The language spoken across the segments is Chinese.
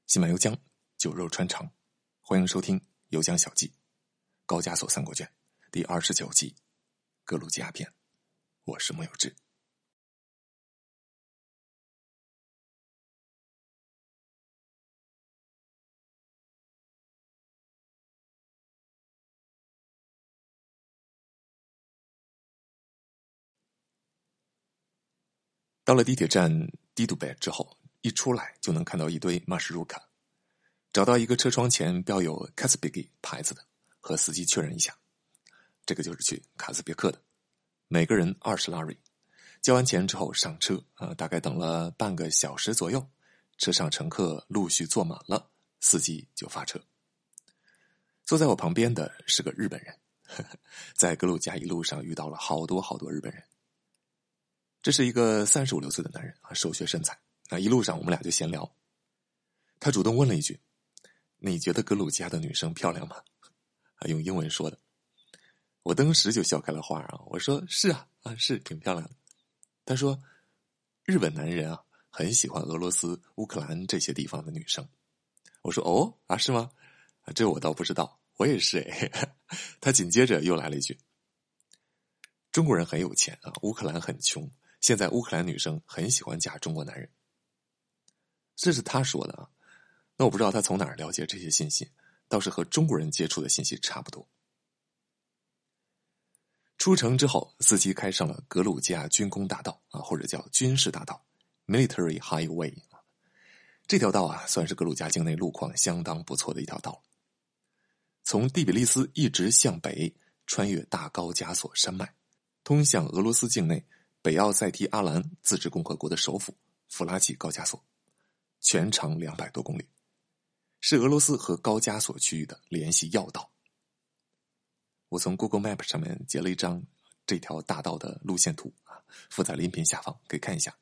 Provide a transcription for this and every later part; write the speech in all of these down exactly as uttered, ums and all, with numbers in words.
西满油江，酒肉穿肠，欢迎收听《油江小记》高加索三国卷第二十九集格鲁吉亚篇。我是莫有志。到了地铁站迪杜贝之后，一出来就能看到一堆马什鲁卡，找到一个车窗前标有卡斯别克牌子的，和司机确认一下，这个就是去卡斯别克的，每个人二十拉瑞。交完钱之后上车，呃，大概等了半个小时左右，车上乘客陆续坐满了，司机就发车。坐在我旁边的是个日本人，呵呵，在格鲁吉亚一路上遇到了好多好多日本人。这是一个三十五六岁的男人啊，瘦削身材。那一路上我们俩就闲聊，他主动问了一句：“你觉得格鲁吉亚的女生漂亮吗？”啊，用英文说的。我当时就笑开了花啊，我说：“是啊，啊是挺漂亮的。”他说：“日本男人啊，很喜欢俄罗斯、乌克兰这些地方的女生。”我说：“哦，啊是吗？啊，这我倒不知道，我也是哎。”他紧接着又来了一句：“中国人很有钱啊，乌克兰很穷。现在乌克兰女生很喜欢嫁中国男人。”这是他说的啊，那我不知道他从哪儿了解这些信息，倒是和中国人接触的信息差不多。出城之后，司机开上了格鲁吉亚军工大道啊，或者叫军事大道 （Military Highway）。这条道啊，算是格鲁吉亚境内路况相当不错的一条道。从第比利斯一直向北，穿越大高加索山脉，通向俄罗斯境内北奥塞梯阿兰自治共和国的首府弗拉季高加索，全长两百多公里，是俄罗斯和高加索区域的联系要道。我从 Google Map 上面截了一张这条大道的路线图啊，附在了音频下方，可以看一下。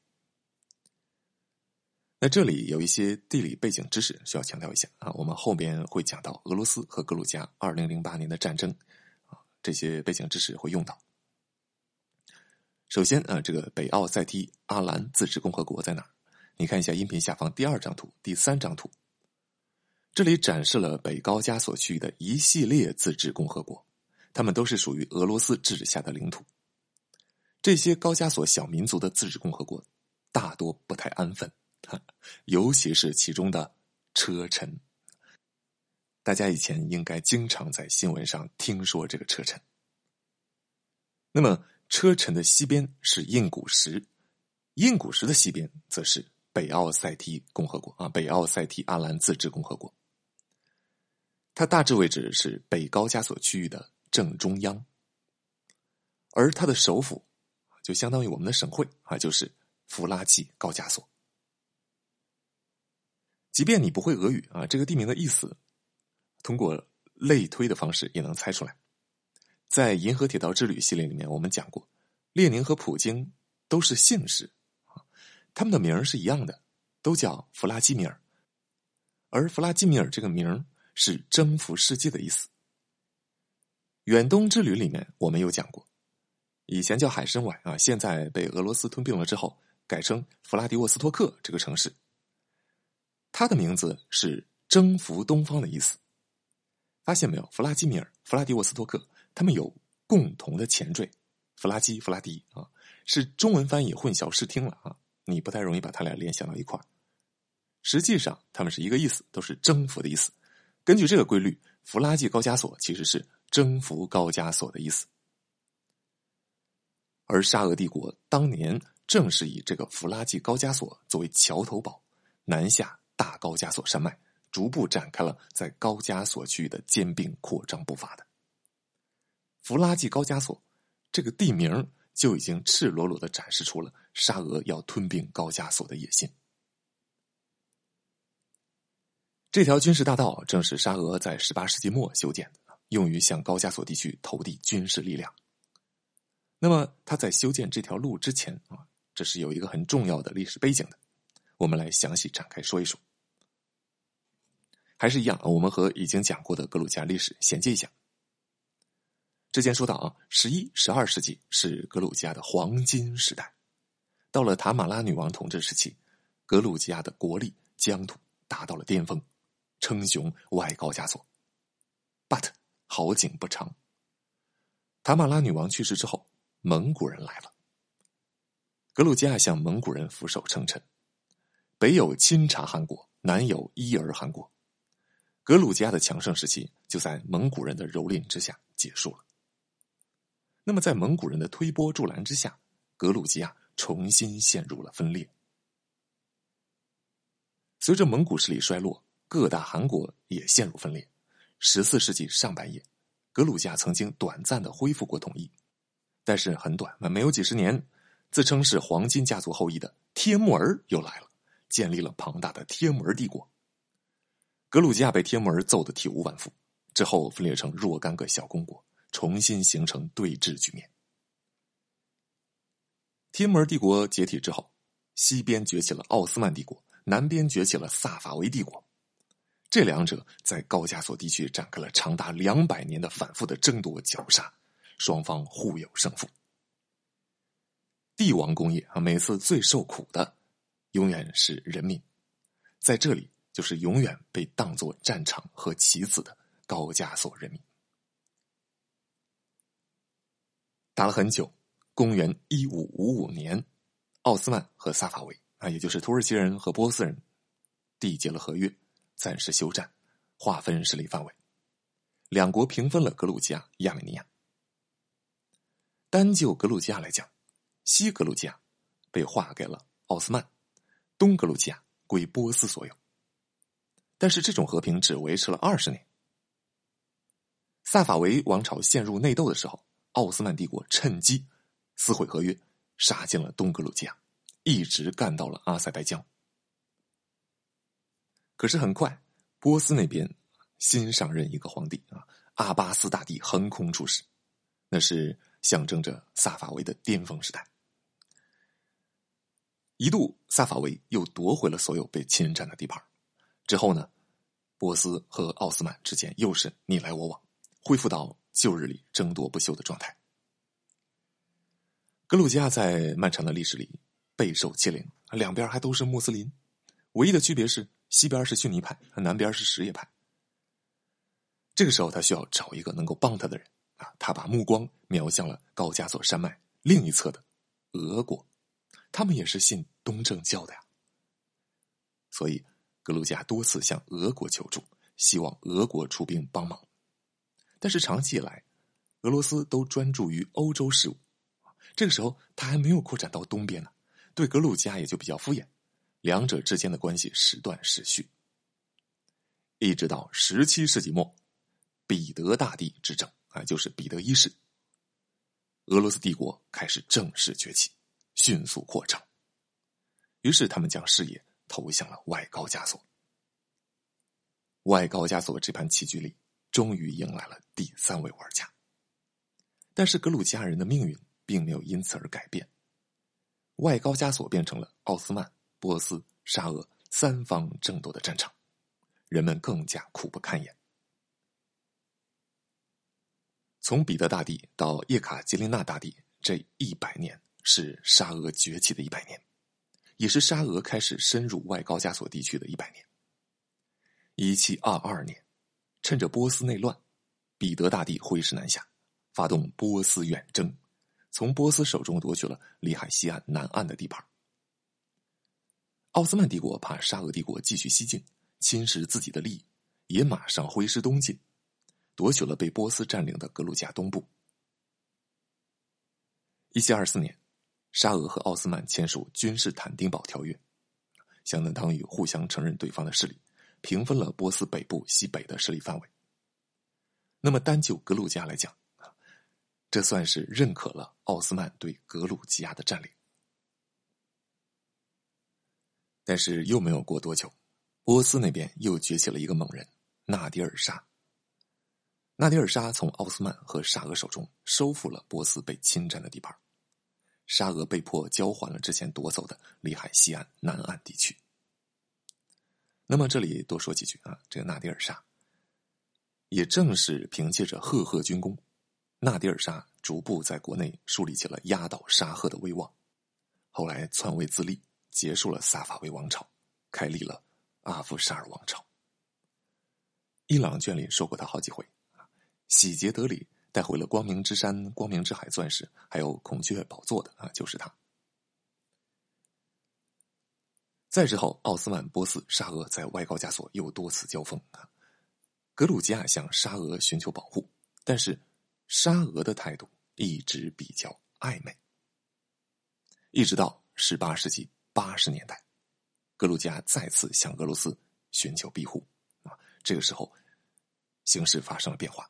那这里有一些地理背景知识需要强调一下啊，我们后边会讲到俄罗斯和格鲁吉亚二零零八年的战争啊，这些背景知识会用到。首先啊，这个北奥塞梯阿兰自治共和国在哪儿？你看一下音频下方第二张图、第三张图，这里展示了北高加索区域的一系列自治共和国，他们都是属于俄罗斯治下的领土。这些高加索小民族的自治共和国大多不太安分，尤其是其中的车臣。大家以前应该经常在新闻上听说这个车臣。那么车臣的西边是印古什，印古什的西边则是北奥塞梯共和国啊，北奥塞梯阿兰自治共和国。它大致位置是北高加索区域的正中央，而它的首府就相当于我们的省会啊，就是弗拉季高加索。即便你不会俄语啊，这个地名的意思通过类推的方式也能猜出来。在银河铁道之旅系列里面我们讲过，列宁和普京都是姓氏，他们的名儿是一样的，都叫弗拉基米尔，而弗拉基米尔这个名儿是征服世界的意思。远东之旅里面我们有讲过，以前叫海参崴啊，现在被俄罗斯吞并了之后改成弗拉迪沃斯托克这个城市，它的名字是征服东方的意思。发现没有，弗拉基米尔、弗拉迪沃斯托克他们有共同的前缀，弗拉基、弗拉迪啊，是中文翻译混淆视听了啊，你不太容易把它俩联想到一块儿。实际上他们是一个意思，都是征服的意思。根据这个规律，弗拉季高加索其实是征服高加索的意思。而沙俄帝国当年正是以这个弗拉季高加索作为桥头堡，南下大高加索山脉，逐步展开了在高加索区域的兼并扩张步伐的。弗拉季高加索这个地名就已经赤裸裸地展示出了沙俄要吞并高加索的野心。这条军事大道正是沙俄在十八世纪末修建的，用于向高加索地区投递军事力量。那么他在修建这条路之前啊，这是有一个很重要的历史背景的，我们来详细展开说一说。还是一样，我们和已经讲过的格鲁吉亚历史衔接一下。之前说到啊，十一、十二世纪是格鲁吉亚的黄金时代。到了塔马拉女王统治时期，格鲁吉亚的国力、疆土达到了巅峰，称雄外高加索。But 好景不长，塔马拉女王去世之后，蒙古人来了。格鲁吉亚向蒙古人俯首称臣，北有钦察汗国，南有伊尔汗国。格鲁吉亚的强盛时期就在蒙古人的蹂躏之下结束了。那么在蒙古人的推波助澜之下，格鲁吉亚重新陷入了分裂。随着蒙古势力衰落，各大汗国也陷入分裂。十四世纪上半叶，格鲁吉亚曾经短暂的恢复过统一，但是很短，没有几十年，自称是黄金家族后裔的帖木儿又来了，建立了庞大的帖木儿帝国。格鲁吉亚被帖木儿揍得体无完肤，之后分裂成若干个小公国，重新形成对峙局面。帖木儿帝国解体之后，西边崛起了奥斯曼帝国，南边崛起了萨法维帝国。这两者在高加索地区展开了长达两百年的反复的争夺绞杀，双方互有胜负。帝王工业啊，每次最受苦的永远是人民，在这里就是永远被当作战场和棋子的高加索人民。打了很久，公元一五五五年，奥斯曼和萨法维啊，也就是土耳其人和波斯人缔结了合约，暂时休战，划分势力范围，两国平分了格鲁吉亚、亚美尼亚。单就格鲁吉亚来讲，西格鲁吉亚被划给了奥斯曼，东格鲁吉亚归波斯所有。但是这种和平只维持了二十年。萨法维王朝陷入内斗的时候，奥斯曼帝国趁机撕毁合约，杀进了东格鲁吉亚，一直干到了阿塞拜疆。可是很快，波斯那边新上任一个皇帝啊，阿巴斯大帝横空出世，那是象征着萨法维的巅峰时代。一度萨法维又夺回了所有被侵占的地盘，之后呢，波斯和奥斯曼之间又是你来我往，恢复到旧日里争夺不休的状态。格鲁吉亚在漫长的历史里备受欺凌，两边还都是穆斯林，唯一的区别是西边是逊尼派，南边是什叶派。这个时候他需要找一个能够帮他的人啊，他把目光瞄向了高加索山脉另一侧的俄国，他们也是信东正教的呀。所以格鲁吉亚多次向俄国求助，希望俄国出兵帮忙。但是长期以来，俄罗斯都专注于欧洲事务，这个时候他还没有扩展到东边呢，对格鲁吉亚也就比较敷衍，两者之间的关系时断时续。一直到十七世纪末，彼得大帝执政啊，就是彼得一世，俄罗斯帝国开始正式崛起，迅速扩张。于是他们将视野投向了外高加索。外高加索这盘棋局里，终于迎来了第三位玩家。但是格鲁吉亚人的命运并没有因此而改变，外高加索变成了奥斯曼、波斯、沙俄三方争夺的战场，人们更加苦不堪言。从彼得大帝到叶卡捷琳娜大帝，这一百年是沙俄崛起的一百年，也是沙俄开始深入外高加索地区的一百年。一七二二年，趁着波斯内乱，彼得大帝挥师南下，发动波斯远征，从波斯手中夺取了里海西岸南岸的地盘。奥斯曼帝国怕沙俄帝国继续西进，侵蚀自己的利益，也马上挥师东进，夺取了被波斯占领的格鲁吉亚东部。一七二四年，沙俄和奥斯曼签署君士坦丁堡条约，相当于互相承认对方的势力，平分了波斯北部西北的势力范围。那么单就格鲁吉亚来讲，这算是认可了奥斯曼对格鲁吉亚的占领。但是又没有过多久，波斯那边又崛起了一个猛人纳迪尔沙。纳迪尔沙从奥斯曼和沙俄手中收复了波斯被侵占的地盘，沙俄被迫交还了之前夺走的里海西岸南岸地区。那么这里多说几句啊，这个纳迪尔沙也正是凭借着赫赫军功，纳迪尔沙逐步在国内树立起了压倒沙赫的威望，后来篡位自立，结束了萨法维王朝，开立了阿夫沙尔王朝。伊朗眷邻说过他好几回，喜结得礼带回了光明之山、光明之海钻石，还有孔雀宝座的啊，就是他。再之后，奥斯曼、波斯、沙俄在外高加索又多次交锋啊。格鲁吉亚向沙俄寻求保护，但是沙俄的态度一直比较暧昧。一直到十八世纪八十年代，格鲁吉亚再次向俄罗斯寻求庇护啊。这个时候，形势发生了变化。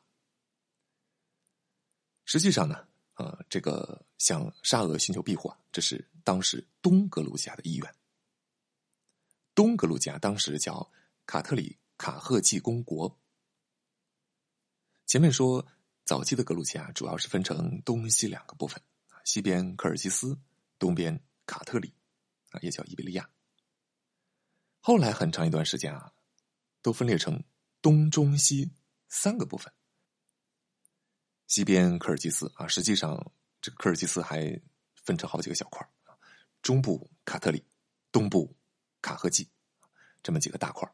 实际上呢，呃，这个向沙俄寻求庇护啊，这是当时东格鲁吉亚的意愿。东格鲁吉亚当时叫卡特里卡赫季公国。前面说，早期的格鲁吉亚主要是分成东西两个部分，西边科尔基斯，东边卡特里，啊，也叫伊比利亚。后来很长一段时间啊，都分裂成东中西三个部分。西边科尔基斯啊，实际上这个科尔基斯还分成好几个小块，中部卡特里，东部卡赫季，这么几个大块，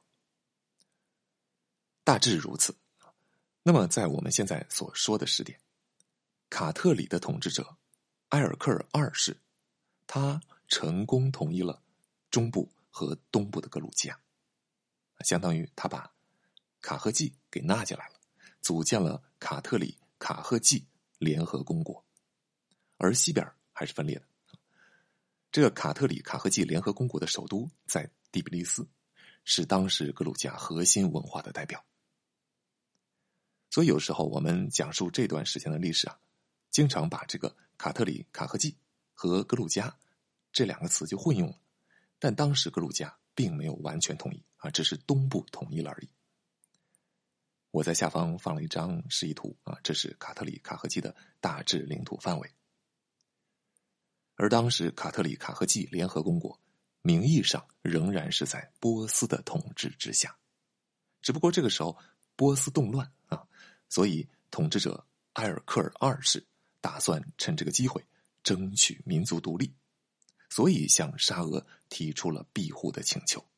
大致如此。那么在我们现在所说的时点，卡特里的统治者埃尔克尔二世，他成功统一了中部和东部的格鲁吉亚，相当于他把卡赫季给纳进来了，组建了卡特里卡赫季联合公国。而西边还是分裂的，这个卡特里卡赫季联合公国的首都在第比利斯，是当时格鲁吉亚核心文化的代表。所以有时候我们讲述这段时间的历史啊，经常把这个卡特里卡赫季和格鲁吉亚这两个词就混用了，但当时格鲁吉亚并没有完全统一啊，只是东部统一了而已。我在下方放了一张示意图啊，这是卡特里卡赫季的大致领土范围。而当时卡特里卡赫季联合公国名义上仍然是在波斯的统治之下，只不过这个时候波斯动乱啊，所以统治者埃尔克尔二世打算趁这个机会争取民族独立，所以向沙俄提出了庇护的请求。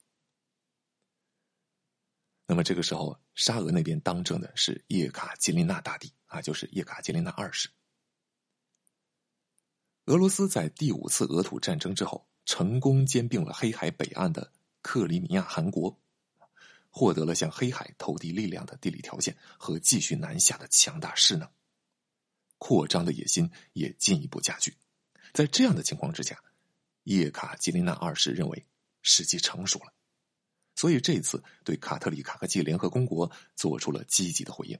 那么这个时候，沙俄那边当政的是叶卡捷琳娜大帝啊，就是叶卡捷琳娜二世。俄罗斯在第五次俄土战争之后，成功兼并了黑海北岸的克里米亚汗国，获得了向黑海投递力量的地理条件和继续南下的强大势能，扩张的野心也进一步加剧。在这样的情况之下，叶卡捷琳娜二世认为时机成熟了，所以这次对卡特里卡赫季联合公国做出了积极的回应。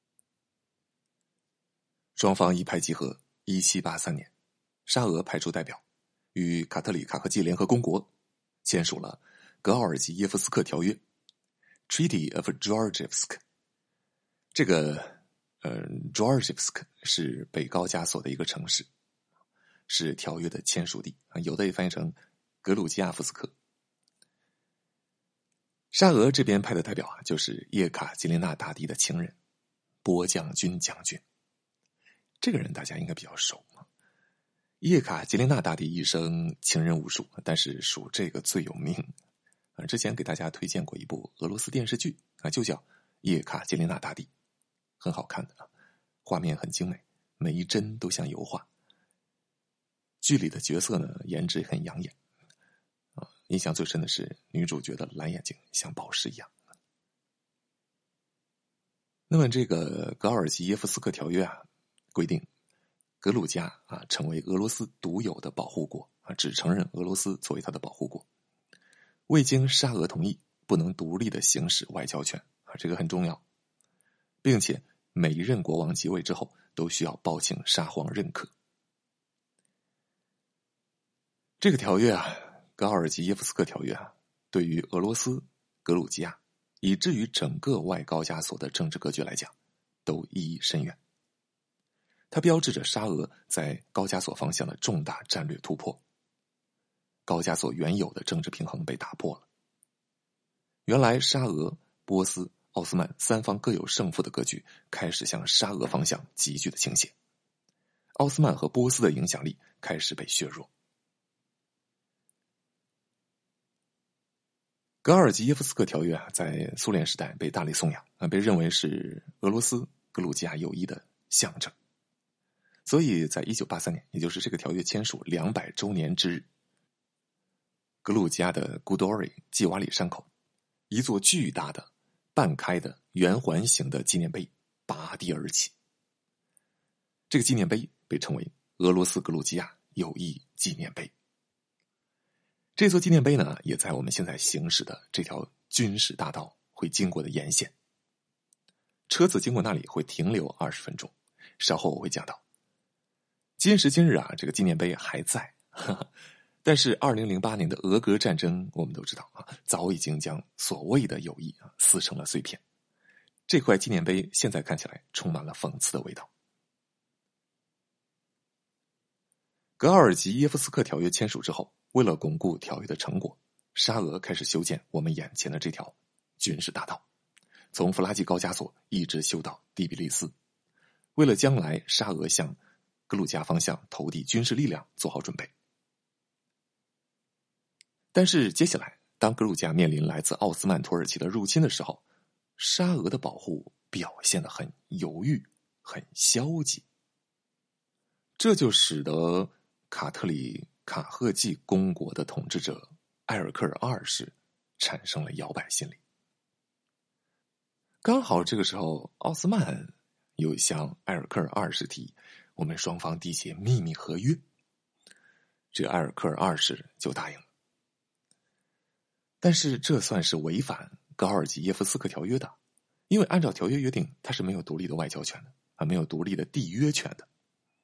双方一拍即合，一七八三年，沙俄派出代表与卡特里卡赫季联合公国签署了格奥尔吉耶夫斯克条约 Treaty of Georgievsk。 这个呃 Georgievsk 是北高加索的一个城市，是条约的签署地，有的也翻译成格鲁吉亚夫斯克。沙俄这边派的代表啊，就是叶卡捷琳娜大帝的情人波将军将军。这个人大家应该比较熟。叶卡捷琳娜大帝一生情人无数，但是属这个最有名。啊，之前给大家推荐过一部俄罗斯电视剧啊，就叫《叶卡捷琳娜大帝》，很好看的啊，画面很精美，每一帧都像油画。剧里的角色呢，颜值很养眼啊，印象最深的是女主角的蓝眼睛像宝石一样。那么这个格尔吉耶夫斯克条约啊，规定格鲁吉亚啊成为俄罗斯独有的保护国啊，只承认俄罗斯作为它的保护国，未经沙俄同意不能独立的行使外交权啊，这个很重要，并且每一任国王即位之后都需要报请沙皇认可。这个条约啊，格尔吉耶夫斯克条约啊，对于俄罗斯、格鲁吉亚以至于整个外高加索的政治格局来讲都意义深远。它标志着沙俄在高加索方向的重大战略突破，高加索原有的政治平衡被打破了。原来沙俄、波斯、奥斯曼三方各有胜负的格局开始向沙俄方向急剧的倾斜，奥斯曼和波斯的影响力开始被削弱。 格尔吉耶夫斯克条约啊，在苏联时代被大力颂扬啊，被认为是俄罗斯格鲁吉亚友谊的象征。所以在一九八三年，也就是这个条约签署两百周年之日，格鲁吉亚的古多瑞季瓦里山口，一座巨大的半开的圆环形的纪念碑拔地而起。这个纪念碑被称为俄罗斯格鲁吉亚友谊纪念碑。这座纪念碑呢，也在我们现在行驶的这条军事大道会经过的沿线。车子经过那里会停留二十分钟，稍后我会讲到。今时今日啊，这个纪念碑还在，呵呵，但是二零零八年的俄格战争，我们都知道啊，早已经将所谓的友谊啊撕成了碎片。这块纪念碑现在看起来充满了讽刺的味道。格尔吉耶夫斯克条约签署之后，为了巩固条约的成果，沙俄开始修建我们眼前的这条军事大道，从弗拉基高加索一直修到第比利斯，为了将来沙俄向格鲁吉亚方向投递军事力量做好准备。但是接下来，当格鲁吉亚面临来自奥斯曼土耳其的入侵的时候，沙俄的保护表现得很犹豫，很消极，这就使得卡特里卡赫季公国的统治者埃尔克尔二世产生了摇摆心理。刚好这个时候，奥斯曼又向埃尔克尔二世提议，我们双方缔结秘密合约。这埃尔克尔二世就答应了。但是这算是违反高尔基耶夫斯克条约的，因为按照条约约定，他是没有独立的外交权的，啊，没有独立的缔约权的。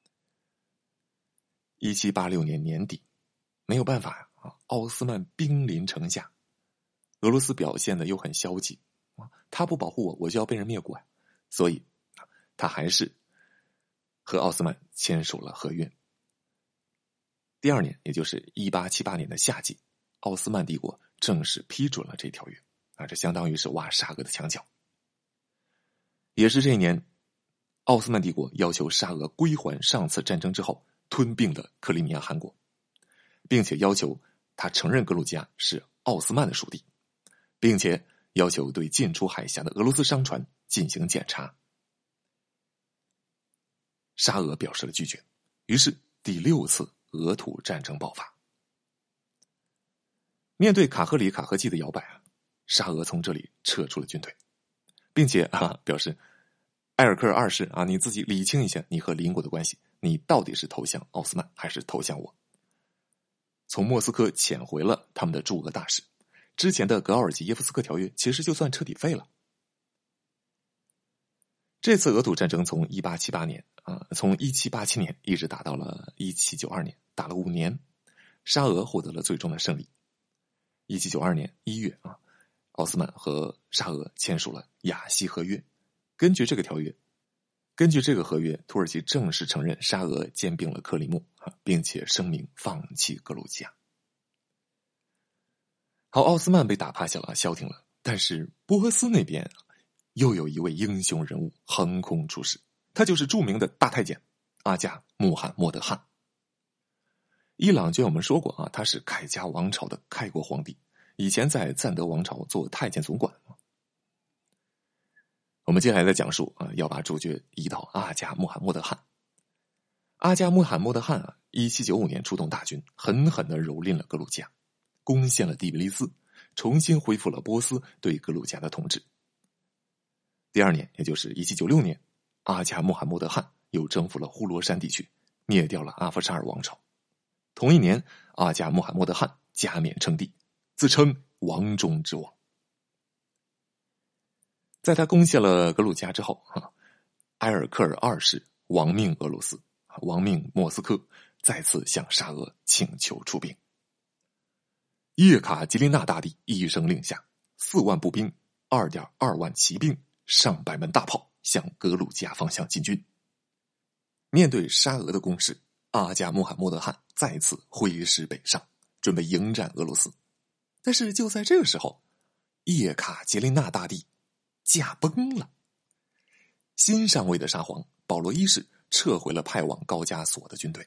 一七八六年年底，没有办法啊，奥斯曼兵临城下，俄罗斯表现的又很消极啊，他不保护我，我就要被人灭国啊，所以他还是和奥斯曼签署了合约。第二年，也就是一八七八年的夏季，奥斯曼帝国正式批准了这条约啊，这相当于是挖沙俄的墙角。也是这一年，奥斯曼帝国要求沙俄归还上次战争之后吞并的克里米亚汗国，并且要求他承认格鲁吉亚是奥斯曼的属地，并且要求对进出海峡的俄罗斯商船进行检查。沙俄表示了拒绝，于是第六次俄土战争爆发。面对卡赫里卡赫季的摇摆啊，沙俄从这里撤出了军队，并且啊表示，埃尔克尔二世啊，你自己理清一下你和邻国的关系，你到底是投降奥斯曼还是投降我？从莫斯科遣回了他们的驻俄大使，之前的格尔吉耶夫斯克条约其实就算彻底废了。这次俄土战争从一八七八年啊，从一七八七年一直打到了一七九二年，打了五年，沙俄获得了最终的胜利。一七九二年一月啊，奥斯曼和沙俄签署了雅西合约。根据这个条约，根据这个合约，土耳其正式承认沙俄兼并了克里木啊，并且声明放弃格鲁吉亚。好，奥斯曼被打趴下了，消停了，但是波斯那边又有一位英雄人物横空出世，他就是著名的大太监阿加穆罕默德汗。伊朗就我们说过啊，他是凯加王朝的开国皇帝，以前在赞德王朝做太监总管。我们接下来的讲述啊，要把主角移到阿加穆罕默德汗。阿加穆罕默德汗啊，一七九五年出动大军，狠狠地蹂躏了格鲁吉亚，攻陷了第比利斯，重新恢复了波斯对格鲁吉亚的统治。第二年，也就是一七九六年，阿加穆罕默德汗又征服了呼罗珊地区，灭掉了阿夫沙尔王朝。同一年，阿加穆罕默德汗加冕称帝，自称王中之王。在他攻陷了格鲁吉亚之后，埃尔克尔二世亡命俄罗斯，亡命莫斯科，再次向沙俄请求出兵。叶卡捷琳娜大帝一声令下，四万步兵、二点二万骑兵、上百门大炮向格鲁吉亚方向进军。面对沙俄的攻势，阿加穆罕默德汗再次挥师北上，准备迎战俄罗斯。但是就在这个时候，叶卡捷琳娜大帝驾崩了。新上位的沙皇保罗一世撤回了派往高加索的军队。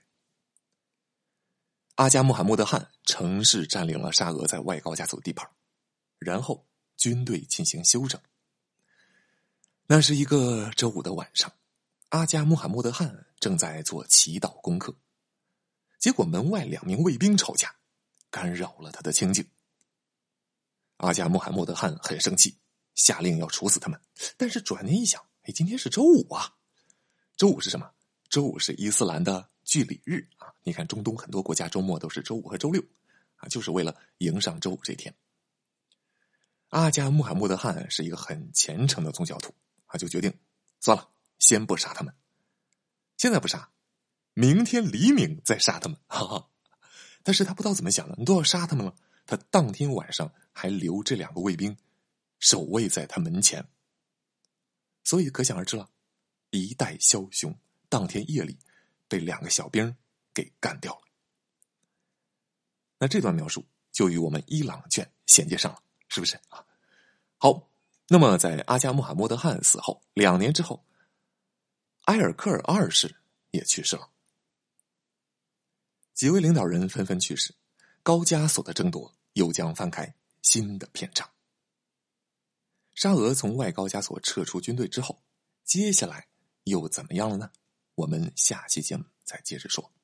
阿加穆罕默德汗乘势占领了沙俄在外高加索地盘， 然后军队进行休整。那是一个周五的晚上，阿加穆罕默德汗正在做祈祷功课，结果门外两名卫兵吵架，干扰了他的清静。阿加穆罕默德汗很生气，下令要处死他们。但是转念一想，哎，今天是周五啊！周五是什么？周五是伊斯兰的聚礼日啊！你看中东很多国家周末都是周五和周六啊，就是为了迎上周五这天。阿加穆罕默德汗是一个很虔诚的宗教徒啊，就决定算了，先不杀他们，现在不杀，明天黎明再杀他们。哈哈！但是他不知道怎么想的，你都要杀他们了，他当天晚上还留这两个卫兵守卫在他门前，所以可想而知了，一代枭雄当天夜里被两个小兵给干掉了。那这段描述就与我们伊朗卷衔接上了，是不是啊？好，那么在阿加穆罕默德汗死后两年之后，埃尔克尔二世也去世了。几位领导人纷纷去世，高加索的争夺又将翻开新的篇章。沙俄从外高加索撤出军队之后，接下来又怎么样了呢？我们下期节目再接着说。